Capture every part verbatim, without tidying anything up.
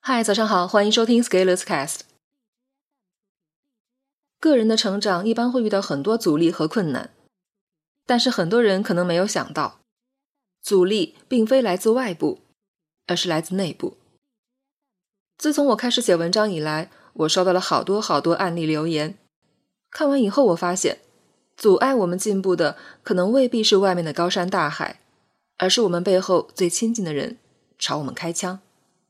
嗨，早上好，欢迎收听 Scalers Cast。 个人的成长一般会遇到很多阻力和困难，但是很多人可能没有想到，阻力并非来自外部，而是来自内部。自从我开始写文章以来，我收到了好多好多案例留言，看完以后我发现，阻碍我们进步的可能未必是外面的高山大海，而是我们背后最亲近的人朝我们开枪。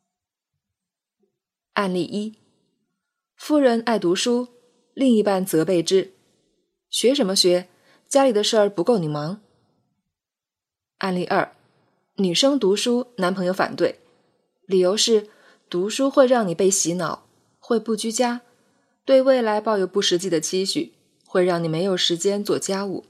案例一，夫人爱读书，另一半责备之，学什么学，家里的事儿不够你忙。案例二，女生读书，男朋友反对，理由是读书会让你被洗脑，会不居家，对未来抱有不实际的期许，会让你没有时间做家务。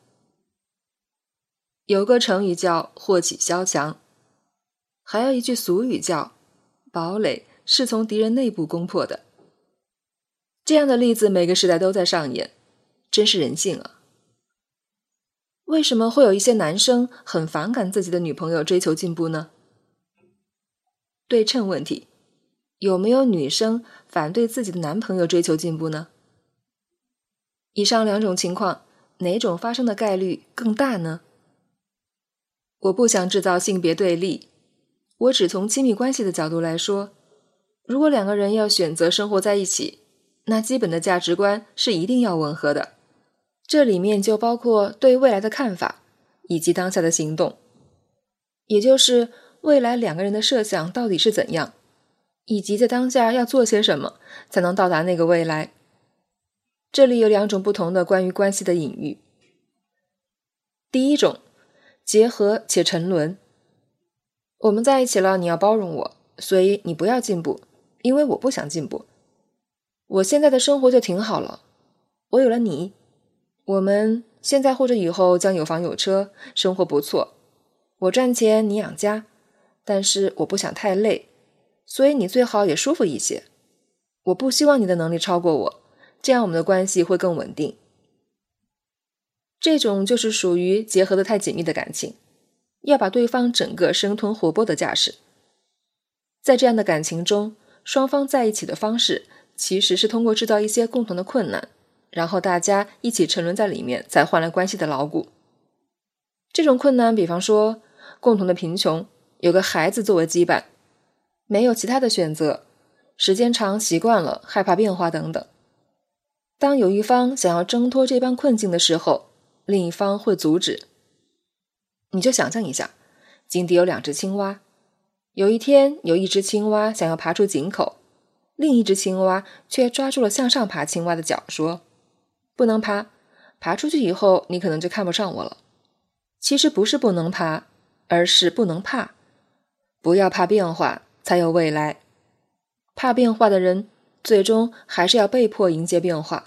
有个成语叫祸起萧墙，还有一句俗语叫堡垒是从敌人内部攻破的。这样的例子每个时代都在上演，真是人性啊！为什么会有一些男生很反感自己的女朋友追求进步呢？对称问题，有没有女生反对自己的男朋友追求进步呢？以上两种情况，哪种发生的概率更大呢？我不想制造性别对立，我只从亲密关系的角度来说，如果两个人要选择生活在一起，那基本的价值观是一定要吻合的，这里面就包括对未来的看法，以及当下的行动，也就是未来两个人的设想到底是怎样，以及在当下要做些什么才能到达那个未来。这里有两种不同的关于关系的隐喻。第一种，结合且沉沦。我们在一起了，你要包容我，所以你不要进步，因为我不想进步。我现在的生活就挺好了，我有了你，我们现在或者以后将有房有车，生活不错。我赚钱，你养家，但是我不想太累，所以你最好也舒服一些。我不希望你的能力超过我，这样我们的关系会更稳定。这种就是属于结合得太紧密的感情，要把对方整个生吞活剥的架势。在这样的感情中，双方在一起的方式其实是通过制造一些共同的困难，然后大家一起沉沦在里面，才换来关系的牢固。这种困难比方说共同的贫穷，有个孩子作为羁绊，没有其他的选择，时间长习惯了，害怕变化等等。当有一方想要挣脱这般困境的时候，另一方会阻止。你就想象一下，井底有两只青蛙，有一天有一只青蛙想要爬出井口，另一只青蛙却抓住了向上爬青蛙的脚，说不能爬，爬出去以后你可能就看不上我了。其实不是不能爬，而是不能怕。不要怕变化，才有未来。怕变化的人，最终还是要被迫迎接变化。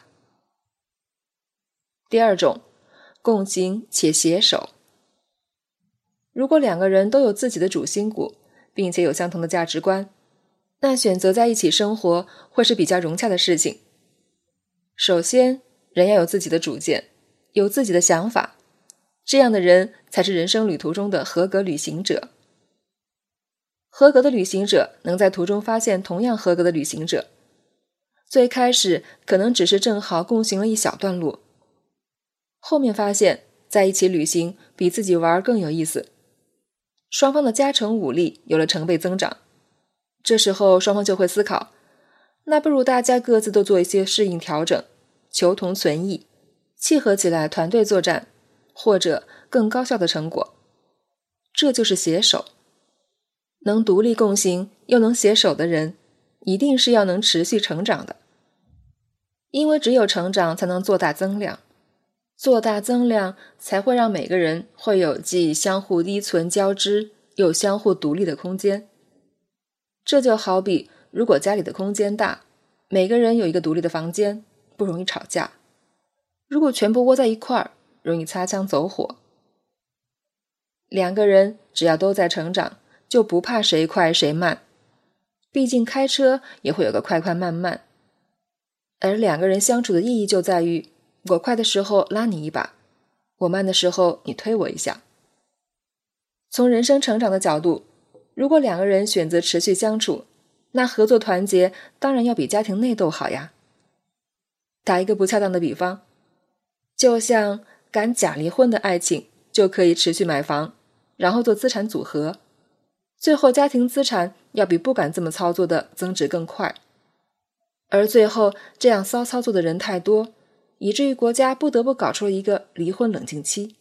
第二种，共情且携手。如果两个人都有自己的主心骨，并且有相同的价值观，那选择在一起生活会是比较融洽的事情。首先，人要有自己的主见，有自己的想法，这样的人才是人生旅途中的合格旅行者。合格的旅行者能在途中发现同样合格的旅行者，最开始可能只是正好共行了一小段路，后面发现在一起旅行比自己玩更有意思，双方的加成武力有了成倍增长。这时候双方就会思考，那不如大家各自都做一些适应调整，求同存异，契合起来团队作战，或者更高效的成果。这就是携手。能独立共行又能携手的人，一定是要能持续成长的。因为只有成长才能做大增量，做大增量才会让每个人会有既相互依存交织又相互独立的空间。这就好比如果家里的空间大，每个人有一个独立的房间，不容易吵架。如果全部窝在一块儿，容易擦枪走火。两个人只要都在成长，就不怕谁快谁慢。毕竟开车也会有个快快慢慢。而两个人相处的意义就在于，我快的时候拉你一把，我慢的时候你推我一下。从人生成长的角度，如果两个人选择持续相处， 那合作团结当然要比家庭内斗好呀。打一个不恰当的比方，就像敢假离婚的爱情就可以持续买房，然后做资产组合，最后家庭资产要比不敢这么操作的增值更快。而最后这样骚操作的人太多，以至于国家不得不搞出了一个离婚冷静期。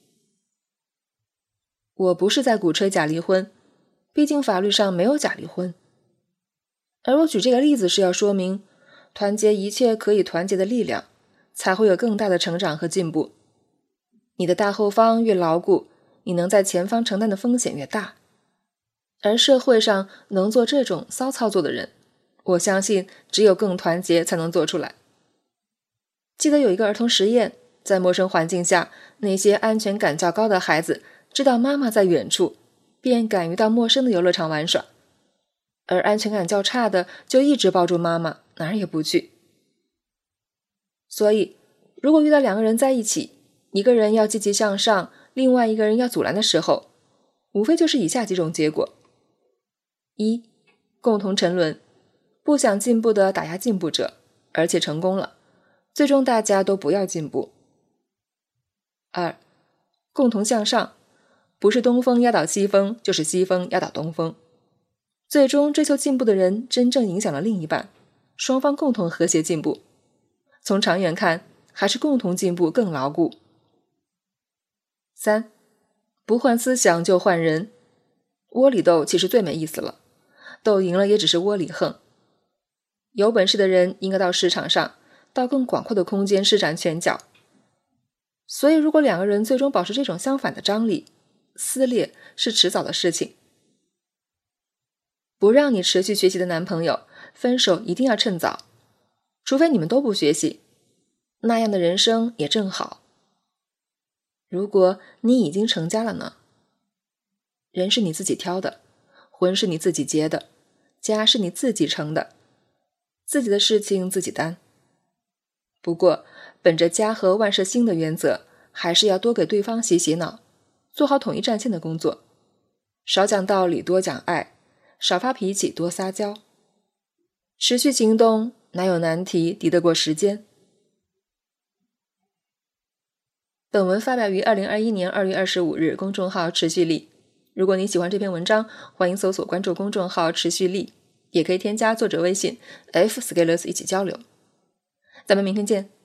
我不是在鼓吹假离婚，毕竟法律上没有假离婚。而我举这个例子是要说明，团结一切可以团结的力量，才会有更大的成长和进步。你的大后方越牢固，你能在前方承担的风险越大。而社会上能做这种骚操作的人，我相信只有更团结才能做出来。记得有一个儿童实验，在陌生环境下，那些安全感较高的孩子知道妈妈在远处，便敢于到陌生的游乐场玩耍，而安全感较差的就一直抱住妈妈，哪儿也不去。所以如果遇到两个人在一起，一个人要积极向上，另外一个人要阻拦的时候，无非就是以下几种结果：一、共同沉沦，不想进步的打压进步者，而且成功了，最终大家都不要进步。二、共同向上，不是东风压倒西风，就是西风压倒东风，最终追求进步的人真正影响了另一半，双方共同和谐进步，从长远看，还是共同进步更牢固。三、不换思想就换人，窝里斗其实最没意思了，斗赢了也只是窝里横。有本事的人应该到市场上，到更广阔的空间施展拳脚。所以如果两个人最终保持这种相反的张力，撕裂是迟早的事情。不让你持续学习的男朋友，分手一定要趁早，除非你们都不学习，那样的人生也正好。如果你已经成家了呢？人是你自己挑的，婚是你自己结的，家是你自己成的，自己的事情自己担。不过本着家和万事兴的原则，还是要多给对方洗洗脑，做好统一战线的工作，少讲道理多讲爱，少发脾气多撒娇，持续行动，哪有难题敌得过时间。本文发表于二零二一年二月二十五日，公众号持续力。如果你喜欢这篇文章，欢迎搜索关注公众号持续力，也可以添加作者微信 F Scalers 一起交流。咱们明天见。